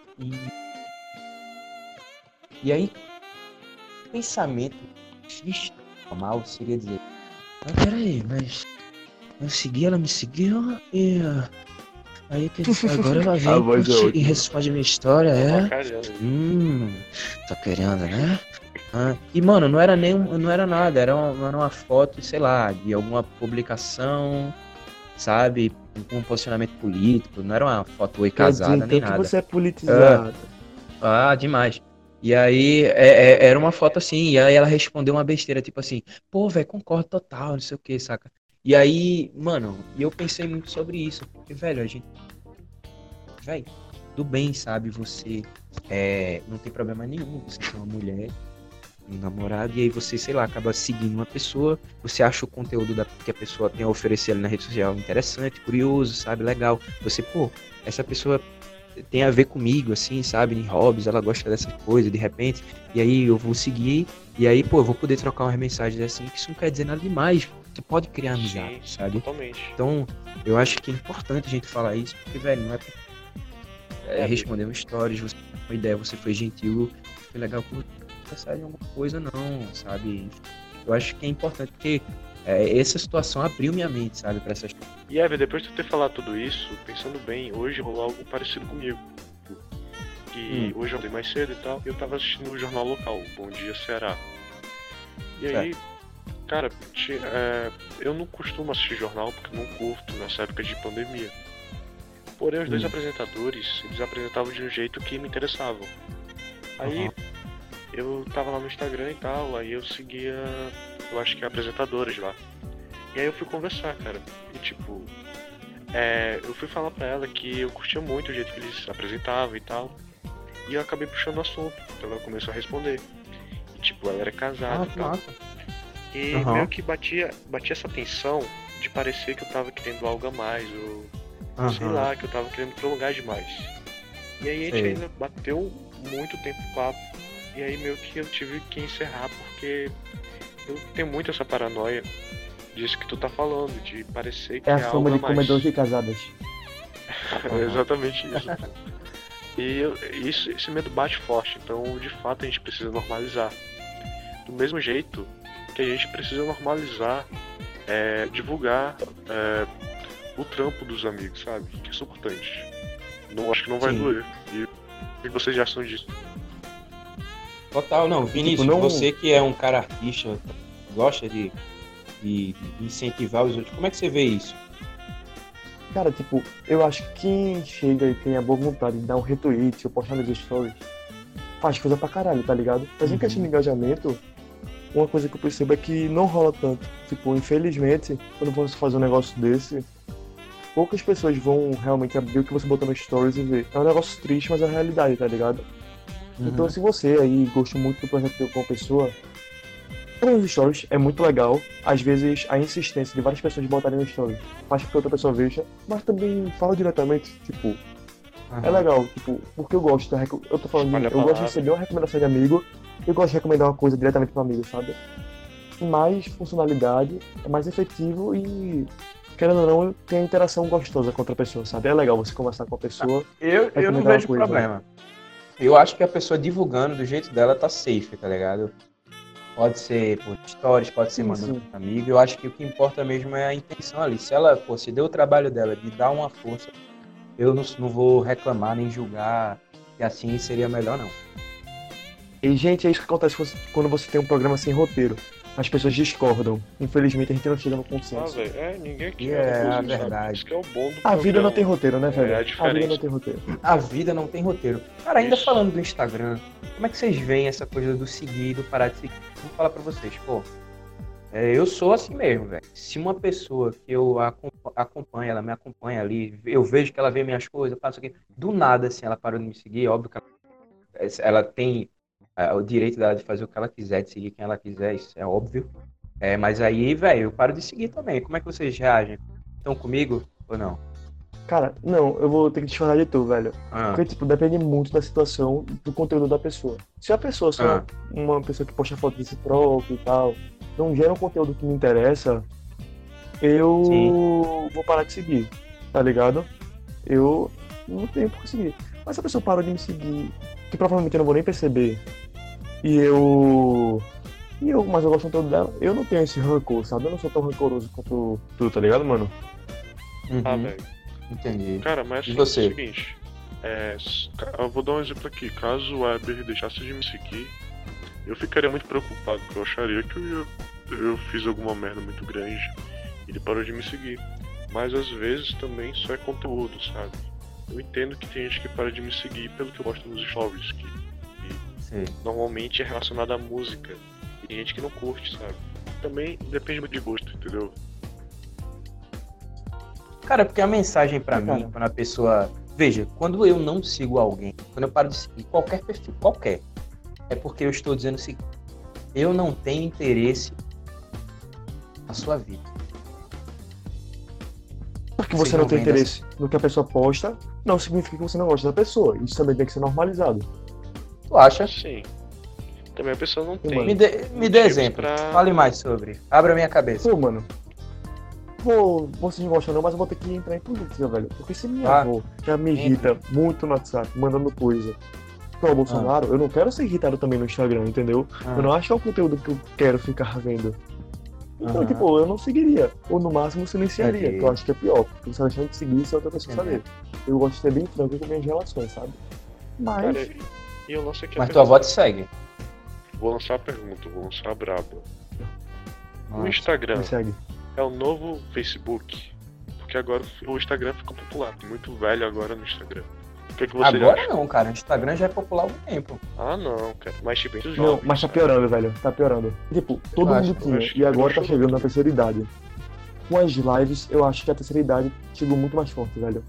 e aí pensamento normal seria dizer, mas peraí, mas eu segui, ela me seguiu e aí agora ela vem A voz é curte e ótima. responde a minha história, Avacalhando. tá querendo, né? E mano, não era nada, era uma foto, sei lá, de alguma publicação, sabe, com um posicionamento político, não era uma foto oi Quer dizer, casada nem então que nada. você é politizado. Demais. E aí, era uma foto assim, e aí ela respondeu uma besteira, tipo assim, pô, velho, concordo total, não sei o que, saca? E aí, mano, eu pensei muito sobre isso, porque, velho, velho, tudo bem, sabe, você não tem problema nenhum, você tem uma mulher, um namorado, e aí você, sei lá, acaba seguindo uma pessoa, você acha o conteúdo que a pessoa tem a oferecer ali na rede social interessante, curioso, sabe, legal. Você, pô, essa pessoa tem a ver comigo, assim, sabe, em hobbies, ela gosta dessas coisas, de repente, e aí eu vou seguir, e aí, pô, eu vou poder trocar umas mensagens assim, que isso não quer dizer nada demais, você pode criar amizade, Sim, sabe? totalmente. Então, eu acho que é importante a gente falar isso, porque, velho, não é responder um stories, você tem uma ideia, você foi gentil, foi legal com você, de alguma coisa, não, sabe? Eu acho que é importante, porque essa situação abriu minha mente, sabe, pra essas coisas. E Ever, depois de tu ter falado tudo isso, pensando bem, hoje rolou algo parecido comigo. Que hoje eu acordei mais cedo e tal, e eu tava assistindo o jornal local, Bom Dia Ceará. E aí, Cara, eu não costumo assistir jornal porque eu não curto nessa época de pandemia. Porém, os dois apresentadores, eles apresentavam de um jeito que me interessava. Aí, eu tava lá no Instagram e tal, aí eu seguia, eu acho que apresentadores lá. E aí eu fui conversar, cara. E tipo, eu fui falar pra ela que eu curtia muito o jeito que eles apresentavam e tal. E eu acabei puxando o assunto, então ela começou a responder. E tipo, ela era casada e tal. E meio que batia essa tensão de parecer que eu tava querendo algo a mais, ou sei lá, que eu tava querendo prolongar demais. E aí a gente ainda bateu muito tempo o papo. E aí meio que eu tive que encerrar porque eu tenho muito essa paranoia disso que tu tá falando, de parecer que É é a algo fama a de mais. comedores de casadas. É exatamente isso. E esse medo bate forte, então de fato a gente precisa normalizar. Do mesmo jeito que a gente precisa normalizar, divulgar o trampo dos amigos, sabe? Que isso é importante. Não, acho que não vai doer. E o que vocês já acham disso? Total, não. Vinícius, Tipo, você que é um cara artista, gosta de incentivar os outros, como é que você vê isso? Cara, tipo, eu acho que quem chega e tem a boa vontade de dar um retweet ou postar nos stories, faz coisa pra caralho, tá ligado? Mas em questão de engajamento, uma coisa que eu percebo é que não rola tanto. Tipo, infelizmente, quando você faz um negócio desse, poucas pessoas vão realmente abrir o que você botou nos stories e ver. É um negócio triste, mas é a realidade, tá ligado? Então, se você aí gosta muito do projeto com uma pessoa, nos stories é muito legal. Às vezes, a insistência de várias pessoas botarem no stories faz com que outra pessoa veja, mas também fala diretamente, tipo, é legal, tipo, porque eu gosto, eu tô falando de mim, eu gosto de receber uma recomendação de amigo, eu gosto de recomendar uma coisa diretamente pro amigo, sabe? Tem mais funcionalidade, é mais efetivo e, querendo ou não, tem a interação gostosa com outra pessoa, sabe? É legal você conversar com a pessoa. Eu não vejo problema. Eu acho que a pessoa divulgando do jeito dela tá safe, tá ligado? Pode ser por stories, pode ser mandando pro amigo. Eu acho que o que importa mesmo é a intenção ali. Se ela, se deu o trabalho dela de dar uma força, eu não vou reclamar nem julgar que assim seria melhor, não. E, gente, é isso que acontece quando você tem um programa sem roteiro. As pessoas discordam. Infelizmente, a gente não chega no consenso. Velho, ninguém aqui a verdade. Isso que é o bom do A vida não tem roteiro, né, velho? a vida não tem roteiro. A vida não tem roteiro. Cara, ainda falando do Instagram, como é que vocês veem essa coisa do seguir, do parar de seguir? Vou falar pra vocês, eu sou assim mesmo, velho. Se uma pessoa que eu acompanho, ela me acompanha ali, eu vejo que ela vê minhas coisas, eu faço aqui, do nada, assim, ela parou de me seguir, óbvio que ela tem o direito dela de fazer o que ela quiser, de seguir quem ela quiser, isso é óbvio. Mas aí, velho, eu paro de seguir também. Como é que vocês reagem? Estão comigo ou não? Cara, não, eu vou ter que discordar de tu, velho. Porque, tipo, depende muito da situação, do conteúdo da pessoa. Se a pessoa só é uma pessoa que posta foto de si própria e tal, não gera um conteúdo que me interessa, eu vou parar de seguir, tá ligado? Eu não tenho por que seguir. Mas se a pessoa parou de me seguir, que provavelmente eu não vou nem perceber, mas eu gosto do conteúdo dela, eu não tenho esse rancor, sabe? Eu não sou tão rancoroso quanto tu, tá ligado, mano? Velho. Entendi. Cara, mas e você? É o seguinte, eu vou dar um exemplo aqui. Caso o Weber deixasse de me seguir, eu ficaria muito preocupado, porque eu acharia que eu fiz alguma merda muito grande e ele parou de me seguir. Mas às vezes também só é conteúdo, sabe? Eu entendo que tem gente que para de me seguir pelo que eu gosto nos stories, que normalmente é relacionado à música. E tem gente que não curte, sabe? Também depende muito de gosto, entendeu? Cara, porque a mensagem pra mim, quando a pessoa... Veja, quando eu não sigo alguém, quando eu paro de seguir qualquer perfil, é porque eu estou dizendo o seguinte: eu não tenho interesse na sua vida. Porque você não tem interesse no que a pessoa posta, não significa que você não gosta da pessoa. Isso também tem que ser normalizado. Tu acha? Sim. Também a pessoa não tem. Me dê exemplo. Fale mais sobre. Abra a minha cabeça. Pô, mano. Vocês não gostam não, mas eu vou ter que entrar em política, velho. Porque se minha avó já me irrita muito no WhatsApp, mandando coisa pro Bolsonaro, eu não quero ser irritado também no Instagram, entendeu? Eu não acho que é o conteúdo que eu quero ficar vendo. Então, tipo, eu não seguiria. Ou no máximo silenciaria, que eu acho que é pior. Porque você deixando de seguir se outra pessoa saber. Eu gosto de ser bem franco com minhas relações, sabe? Mas... Cara, e eu lanço aqui mas tua avó te segue. Vou lançar a pergunta, vou lançar a braba. O Instagram Me segue. é o novo Facebook. Porque agora o Instagram ficou popular. Tem muito velho agora no Instagram. O que você Agora acha? não, cara. O Instagram já é popular há algum tempo. Ah, não, cara. Mas tipo, entre os Não, jovens, mas tá cara. piorando, velho. Tá piorando. Tipo, todo acho, mundo eu tinha. acho. E agora Eu tá acho chegando na muito. terceira idade. Com as lives, eu acho que a terceira idade chegou muito mais forte, velho.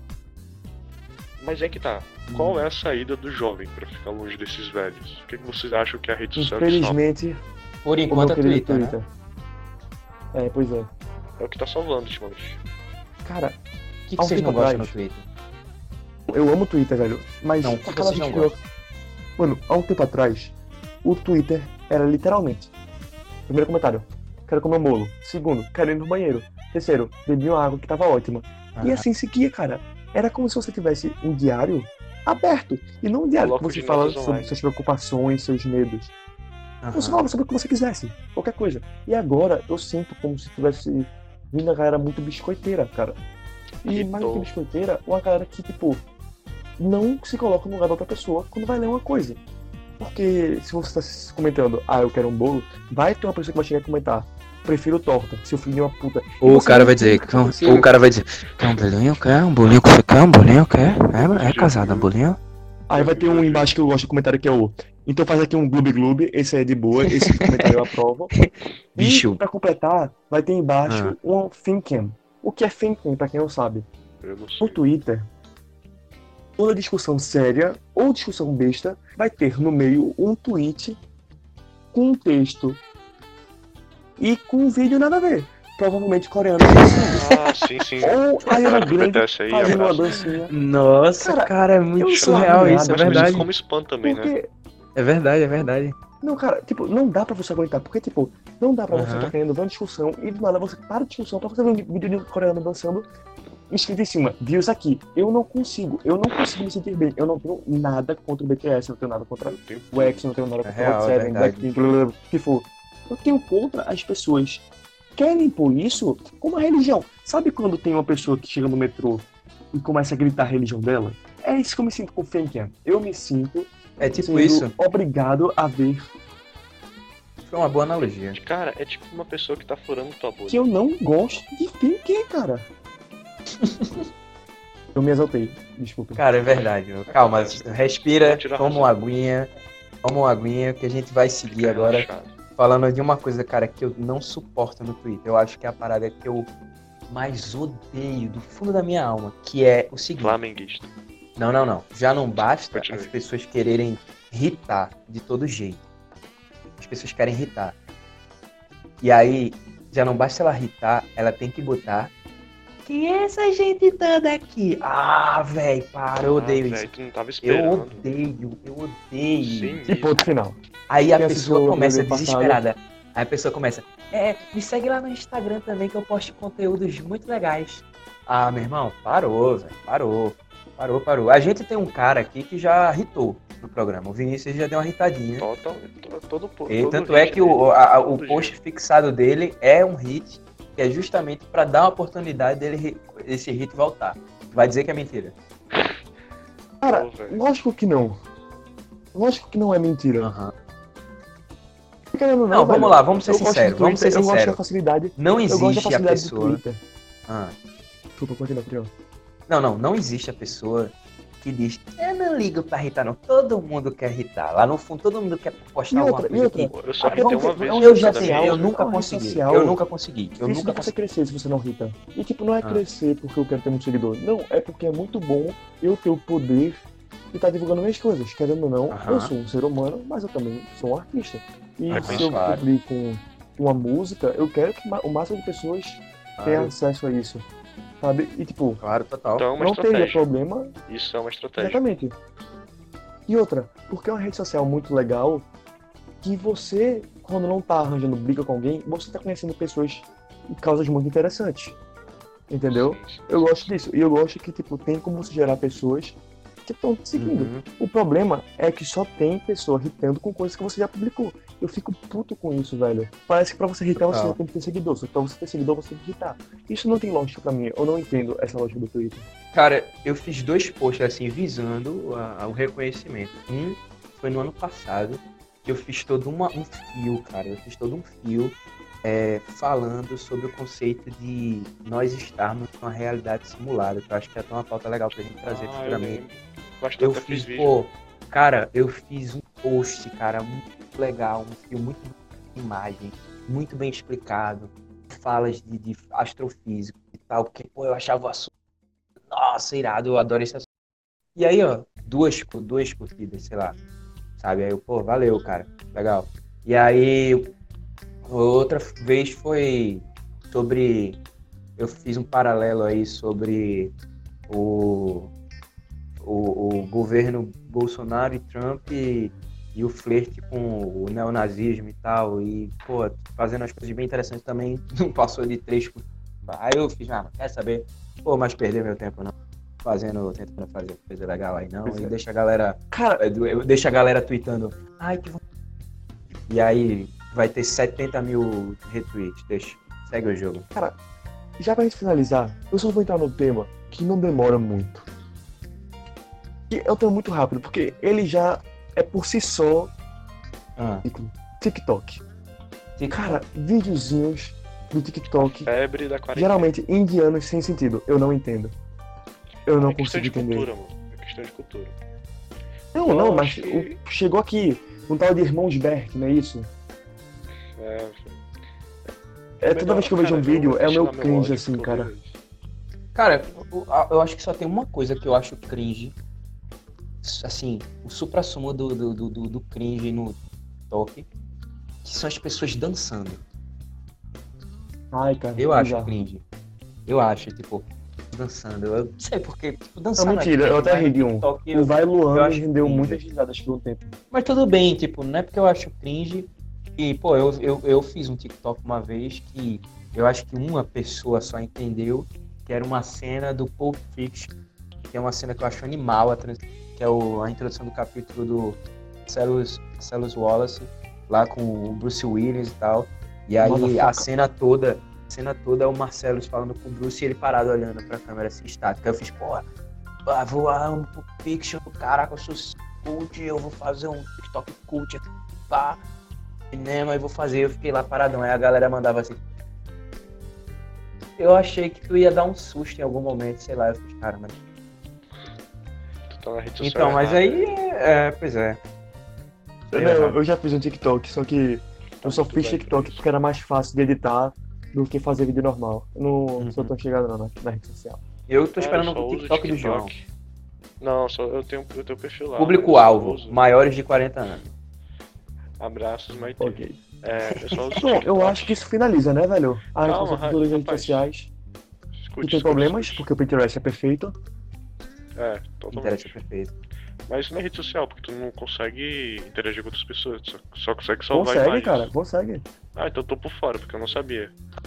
Mas é que tá. Qual é a saída do jovem pra ficar longe desses velhos? O que vocês acham que é a rede social que salva? Infelizmente, Por o enquanto meu é querido Twitter, né? Twitter. É, pois é. É o que tá salvando ultimamente. Cara, O que Há um vocês não tempo gostam no atrás. Twitter? eu amo o Twitter, velho. Mas Não, o que aquela vocês gente não criou. Mano, há um tempo atrás, o Twitter era literalmente. Primeiro comentário, quero comer um bolo. Segundo, quero ir no banheiro. Terceiro, bebi uma água que tava ótima. E Aham. assim seguia, cara. Era como se você tivesse um diário aberto. E não um diário Bloco que você de fala notas sobre online. suas preocupações, seus medos. Aham. Você falava sobre o que você quisesse, qualquer coisa. E agora eu sinto como se tivesse vindo a galera muito biscoiteira, cara. E Que mais do que dor. biscoiteira, uma galera que, tipo, não se coloca no lugar da outra pessoa quando vai ler uma coisa. Porque se você tá comentando, eu quero um bolo, vai ter uma pessoa que vai chegar e comentar, prefiro torta, seu filho é uma puta. E Ou o você cara não vai entende dizer, o que aconteceu. ou o cara vai dizer, quer um bolinho? Quer um bolinho que você quer? Um bolinho quer? É casada, um bolinho? Aí vai ter um embaixo que eu gosto de comentário que é o. Então faz aqui um gloob gloob, esse é de boa, esse comentário eu aprovo. Bicho. E pra completar, vai ter embaixo um thinking. O que é thinking, pra quem não sabe? Eu não No sei. Twitter, toda discussão séria ou discussão besta vai ter no meio um tweet com um texto e com um vídeo nada a ver. Provavelmente coreano. Ah, sim, sim. Ou a Ariana Cara, que Grande acontece aí, fazendo uma abraço. dancinha. Nossa, Cara, cara, é muito eu sou surreal agoniado, isso, é Mas por isso verdade. como spam também, né? Porque, É verdade, é verdade. não, cara, tipo, não dá pra você aguentar. Porque, tipo, não dá pra você Aham. estar querendo ver uma discussão e do nada você para a discussão pra você ver um vídeo de um coreano dançando escrito em cima, views aqui. Eu não consigo me sentir bem. Eu não tenho nada contra o BTS, eu não tenho nada contra Eu tenho o X, eu não tenho nada É contra real, o é Seven, verdade. Blackpink, blá, blá, blá, o que for. Eu tenho contra as pessoas querem impor isso como uma religião. Sabe quando tem uma pessoa que chega no metrô e começa a gritar a religião dela? É isso que eu me sinto com o Fenkian. Eu me sinto É tipo sendo isso. obrigado a ver Foi uma boa analogia. Cara, é tipo uma pessoa que tá furando tua bolha. que eu não gosto de Fenkian, cara. Eu me exaltei, desculpa. Cara, é verdade. Calma, respira, Pode tirar toma razão. uma aguinha. Toma uma aguinha que a gente vai seguir Fica agora. relaxado. Falando de uma coisa, cara, que eu não suporto no Twitter. Eu acho que é a parada que eu mais odeio do fundo da minha alma, que é o seguinte. Flamenguista. Não. Já não basta Continue. as pessoas quererem irritar de todo jeito. As pessoas querem irritar. E aí, já não basta ela irritar, ela tem que botar. Quem é essa gente toda aqui? Ah, velho, para, eu odeio véi, isso. Tu não tava Eu esperando. eu odeio. Sim, E ponto final. Aí a Quem pessoa assistiu o começa programa desesperada. Aí a pessoa começa, me segue lá no Instagram também que eu posto conteúdos muito legais. Ah, meu irmão, parou, velho, parou. A gente tem um cara aqui que já irritou no programa. O Vinícius já deu uma irritadinha. todo E tanto é que o post fixado dele é um hit, que é justamente pra dar uma oportunidade dele esse hit voltar. Vai dizer que é mentira. Cara, Pô, velho. lógico que não. Lógico que não é mentira. Aham. Querendo ou Não, vamos velho, lá, vamos ser eu gosto do sinceros, vamos ser Twitter, Eu gosto da sinceros. facilidade. Não Eu gosto da existe a facilidade do pessoa. Twitter. Ah. Desculpa, continua, Prião. Não existe a pessoa que diz, eu não ligo pra irritar, não. Todo mundo quer irritar. Lá no fundo, todo mundo quer postar E alguma outra, coisa aqui. Eu só Ah, irritei vamos uma ver, vez. vamos Eu ver já social, tentei, eu é uma nunca rede consegui. social. Eu nunca consegui. Difícil de você crescer se você não irrita. E tipo, não é Ah. crescer porque eu quero ter muito seguidor. Não, é porque é muito bom eu ter o poder de estar divulgando minhas coisas. Querendo ou não, Aham. eu sou um ser humano, mas eu também sou um artista. E É se bem eu claro. publico uma música, eu quero que o máximo de pessoas tenha Claro, acesso a isso. Sabe? E tipo, claro, total. Então é uma não teria estratégia. problema. Isso é uma estratégia. Exatamente. E outra, porque é uma rede social muito legal que você, quando não tá arranjando briga com alguém, você tá conhecendo pessoas e causas muito interessantes. Entendeu? Sim, sim. Eu gosto disso. E eu gosto que, tipo, tem como você gerar pessoas que estão te seguindo. Uhum. O problema é que só tem pessoa irritando com coisas que você já publicou. Eu fico puto com isso, velho. Parece que pra você irritar, você Total. já tem que ter seguidor. Só que pra você ter seguidor, você tem que irritar. Isso não tem lógica pra mim. Eu não entendo essa lógica do Twitter. Cara, eu fiz 2 posts assim, visando o reconhecimento. Um foi no ano passado, que eu fiz todo um fio, cara. Eu fiz todo um fio falando sobre o conceito de nós estarmos numa realidade simulada, que eu acho que é até uma pauta legal pra gente trazer Eu futuramente. lembro. Bastante Eu até fiz, vídeo. pô, cara, eu fiz um post, cara, muito legal, um filme muito bonito de imagem, muito bem explicado, falas de astrofísico e tal, porque, pô, eu achava o assunto, nossa, irado, eu adoro esse assunto. E aí, ó, duas curtidas, sei lá, sabe? Aí eu, pô, valeu, cara, legal. E aí, outra vez foi sobre, eu fiz um paralelo aí sobre o o governo Bolsonaro e Trump e o flerte com o neonazismo e tal, e, pô, fazendo as coisas bem interessantes também, não passou de 3 por... Aí eu fiz, quer saber? Pô, mas perder meu tempo não, tentando fazer coisa legal aí não, e deixa a galera, Cara, deixa a galera tweetando, ai, que e aí vai ter 70 mil retweets, deixa, segue o jogo. cara, já pra gente finalizar, eu só vou entrar no tema que não demora muito. E é um tema muito rápido, porque ele já é por si só TikTok. Cara, videozinhos do TikTok, Febre da quarentena. geralmente indianos sem sentido. Eu não entendo. Eu não É questão consigo de entender. cultura, mano. É questão de cultura. Não, mas acho que- chegou aqui um tal de Irmãos Bert, não é isso? Toda vez que eu vejo um vídeo, é o meu cringe, assim, cara. Cara, eu acho que só tem uma coisa que eu acho cringe. Assim, o supra-sumo do cringe no TikTok, que são as pessoas dançando. Ai, cara. Eu acho bizarro. cringe. Eu acho, tipo, dançando. Eu não sei porque, tipo, Não, dançando. mentira, eu até ri de um. TikTok, O Vai eu Luando acho rendeu cringe. muitas risadas por um tempo. Mas tudo bem, tipo, não é porque eu acho cringe. E, pô, eu fiz um TikTok uma vez que eu acho que uma pessoa só entendeu, que era uma cena do Pulp Fiction, que é uma cena que eu acho animal, que é a introdução do capítulo do Marcellus Wallace, lá com o Bruce Willis e tal. E aí Motherfucker. a cena toda é o Marcellus falando com o Bruce e ele parado olhando pra câmera assim, estática. Aí eu fiz, porra, vou um Pulp Fiction, caraca, eu sou cult, eu vou fazer um TikTok cult aqui, pá, cinema, e vou fazer. Eu fiquei lá paradão, aí a galera mandava assim. Eu achei que tu ia dar um susto em algum momento, sei lá, eu fiz, cara, mas... Tu tá na rede social Então, mas errada. aí, pois é. Eu já fiz um TikTok, só que eu só Muito fiz bem, TikTok Cris. porque era mais fácil de editar do que fazer vídeo normal. Eu não sou Uhum. tão chegado não na rede social. Eu tô Cara, esperando eu só o uso TikTok do João. Não, só eu tenho perfil lá. Público-alvo, mas eu uso. maiores de 40 anos. Abraços, Maite. Ok. Eu só uso Bom, eu TikTok. acho que isso finaliza, né, velho? A Calma, resposta todas as redes rapaz. sociais. Escute, Que tem escute, problemas, escute. porque o Pinterest é perfeito. Interessa Totalmente. perfeito. Mas não é rede social, porque tu não consegue interagir com outras pessoas, tu só consegue salvar Consegue, imagens. cara, consegue. Ah, então eu tô por fora, porque eu não sabia.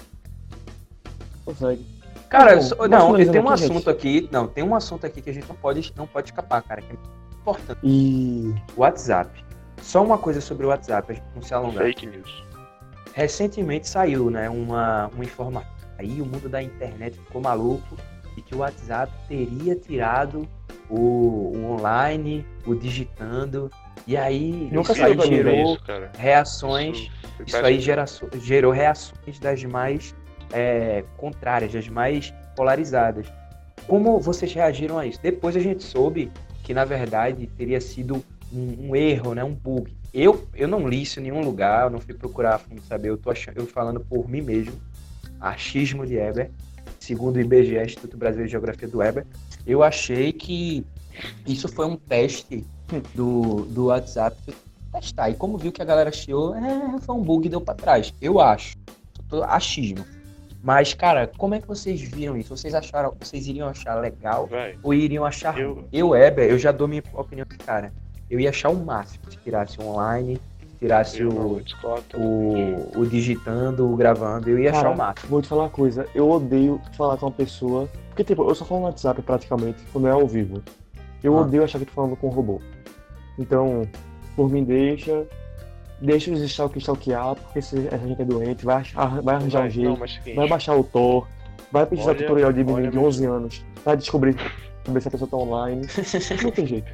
Consegue. Cara, Bom, só- vamos não, finalizando tem um aqui, assunto aqui. Não, tem um assunto aqui que a gente não pode escapar, cara, que é importante. E. WhatsApp. Só uma coisa sobre o WhatsApp, a gente não se alongar. Fake news. Recentemente saiu, né, uma informação. Aí o mundo da internet ficou maluco e que o WhatsApp teria tirado o online, o digitando. E aí Nunca isso saiu aí pra mim, gerou isso, cara. reações. foi Isso aí péssimo. gerou reações das mais contrárias, das mais polarizadas. Como vocês reagiram a isso? Depois a gente soube que, na verdade, teria sido um erro, né? Um bug. Eu não li isso em nenhum lugar, eu não fui procurar a fundo saber, eu falando por mim mesmo. Achismo de Eber, segundo o IBGE, Instituto Brasileiro de Geografia do Eber, eu achei que isso foi um teste do WhatsApp testar. E como viu que a galera achou, foi um bug e deu pra trás. Eu acho. Achismo. Mas, cara, como é que vocês viram isso? Vocês iriam achar legal Véi, ou iriam achar Eu- ruim? Eber, eu já dou minha opinião de cara. Eu ia achar o máximo se tirasse o online, tirasse eu não o discordo. digitando, o gravando, eu ia achar Cara, o máximo. vou te falar uma coisa, eu odeio falar com uma pessoa. Porque, tipo, eu só falo no WhatsApp praticamente quando é ao vivo. Eu odeio achar que tô falando com um robô. Então, por mim, deixa os stalkear, porque se a gente é doente, vai arranjar um Não, jeito, mas seguinte, vai baixar o Tor, vai pesquisar Olha- tutorial de menino olha de meu 11 anos, vai descobrir se a pessoa tá online. Não tem jeito.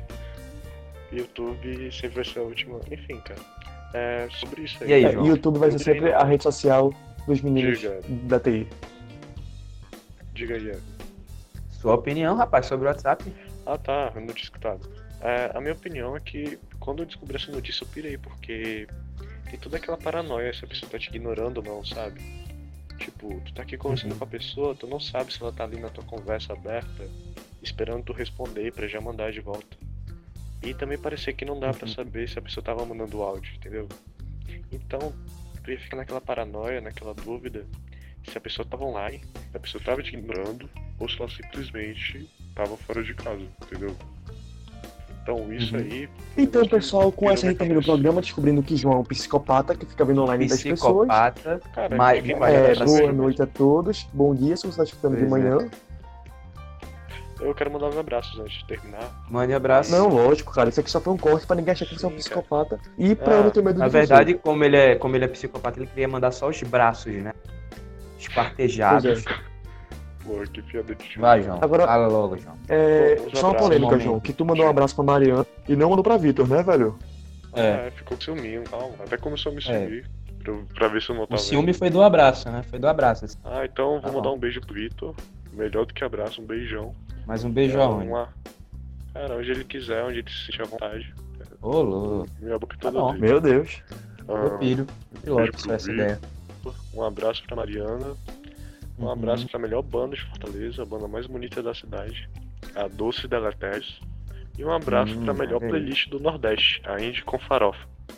YouTube sempre vai ser a última. Enfim, cara. Sobre isso aí. E aí, João? YouTube vai ser Eu entrei sempre no- a rede social dos meninos Diga. da TI. Diga aí, Abby. Sua opinião, rapaz, sobre o WhatsApp? Ah tá, eu não tinha escutado. A minha opinião é que quando eu descobri essa notícia eu pirei, porque tem toda aquela paranoia se a pessoa tá te ignorando ou não, sabe? Tipo, tu tá aqui conversando com a pessoa, tu não sabe se ela tá ali na tua conversa aberta, esperando tu responder pra já mandar de volta. E também parecia que não dá pra saber se a pessoa tava mandando áudio, entendeu? Então, tu ia ficar naquela paranoia, naquela dúvida, se a pessoa tava online, se a pessoa tava te ignorando, ou se ela simplesmente tava fora de casa, entendeu? Então isso aí... Então, pessoal, com Pira essa na gente termina o cabeça. programa descobrindo que João é um psicopata que fica vendo online das pessoas. Psicopata. Cara, Mas- ninguém mas- vai é, saber. Boa noite a todos, bom dia se você está escutando de Pois é. manhã. Eu quero mandar uns abraços antes de terminar. Mande abraço. Não, lógico, cara, isso aqui só foi um corte pra ninguém achar que você é um Sim, psicopata. E pra eu não ter medo Na de verdade, como ele é psicopata, ele queria mandar só os braços, né? Espartejados. Pois Pô, que piada de tio. Vai, João. Agora- Fala logo, João. É, Pô, uns só uma abraços, polêmica, momento. João, que tu mandou um abraço pra Mariana e não mandou pra Vitor, né, velho? Ficou com ciúminho, calma. Até começou a me seguir pra ver se eu não O tava ciúme foi do abraço, né? Foi do abraço. Assim. vendo. Ah, então Tá vou mandar bom. um beijo pro Vitor. Melhor do que abraço, um beijão. Mais um beijo É, aonde? Cara, onde ele quiser, onde ele se sentir à vontade. Ô, louco. Minha boca Tá toda bom. dele. Meu Deus. Eu piro. Piloto só essa ideia. Um abraço pra Mariana. Um Uhum. abraço pra melhor banda de Fortaleza, a banda mais bonita da cidade, a Doce Deletérios. E um abraço pra melhor olha aí. playlist do Nordeste, a Indie com Farofa.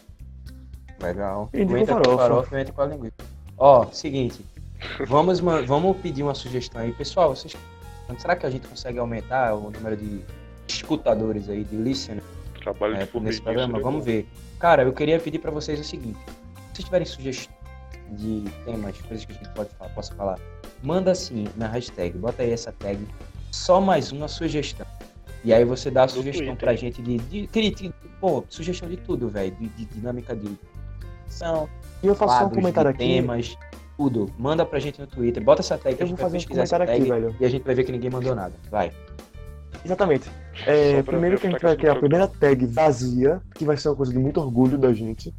Legal. Entra Tu com entra com farofa. farofa e eu entro com a linguiça. Ó, seguinte. Vamos pedir uma sugestão aí. Pessoal, será que a gente consegue aumentar o número de escutadores aí, de listeners? Trabalho de Nesse formiguinha. programa, seria vamos bom. ver. Cara, eu queria pedir pra vocês o seguinte: se vocês tiverem sugestões de temas, coisas que a gente possa falar, manda assim na hashtag, bota aí essa tag, só mais uma sugestão. E aí você dá a sugestão Twitter. pra gente pô, sugestão de tudo, velho, de dinâmica de são E eu faço só um quadros, comentário de aqui. temas, tudo. Manda pra gente no Twitter, bota essa tag, que a Eu gente vou vai fazer um pesquisar essa comentário tag aqui, velho. e a gente vai ver que ninguém mandou nada. Vai. Exatamente. Só pra Primeiro ver que a o gente vai fracasso criar a do primeira tag vazia, que vai ser uma coisa de muito orgulho da gente.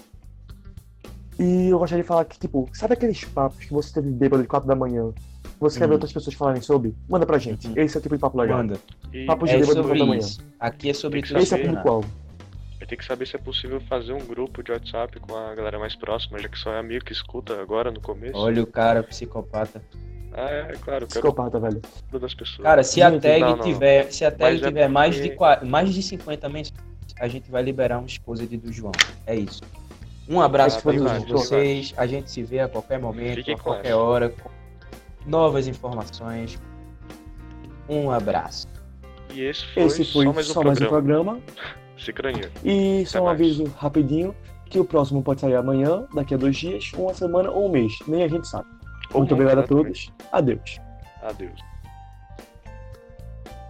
E eu gostaria de falar que, tipo, sabe aqueles papos que você teve bêbado de 4 da manhã? Você quer ver outras pessoas falarem sobre? Manda pra gente. Esse é o tipo de papo legal. Manda. E Papo de É bêbado de 4 sobre da manhã. isso. Aqui é sobre Tem que tudo. Esse é o saber, público-alvo. eu tenho que saber se é possível fazer um grupo de WhatsApp com a galera mais próxima, já que só é amigo que escuta agora no começo. Olha o cara psicopata. É claro, eu quero Psicopata, velho. tudo das pessoas. Cara, se a Gente, tag não. tiver, se a tag Mas é tiver porque- mais de 50 mensagens, a gente vai liberar um exposed do João. É isso. Um abraço para Exposed todos do João. vocês. A gente se vê a qualquer momento, Fiquem a com qualquer essa. hora, com novas informações. Um abraço. E esse foi, Esse foi só mais um programa. programa. Cicraninha. E só Até um mais. aviso rapidinho, que o próximo pode sair amanhã, daqui a 2 dias, uma semana ou um mês. Nem a gente sabe. Ou Muito obrigado a né, também. todos. Adeus. Adeus.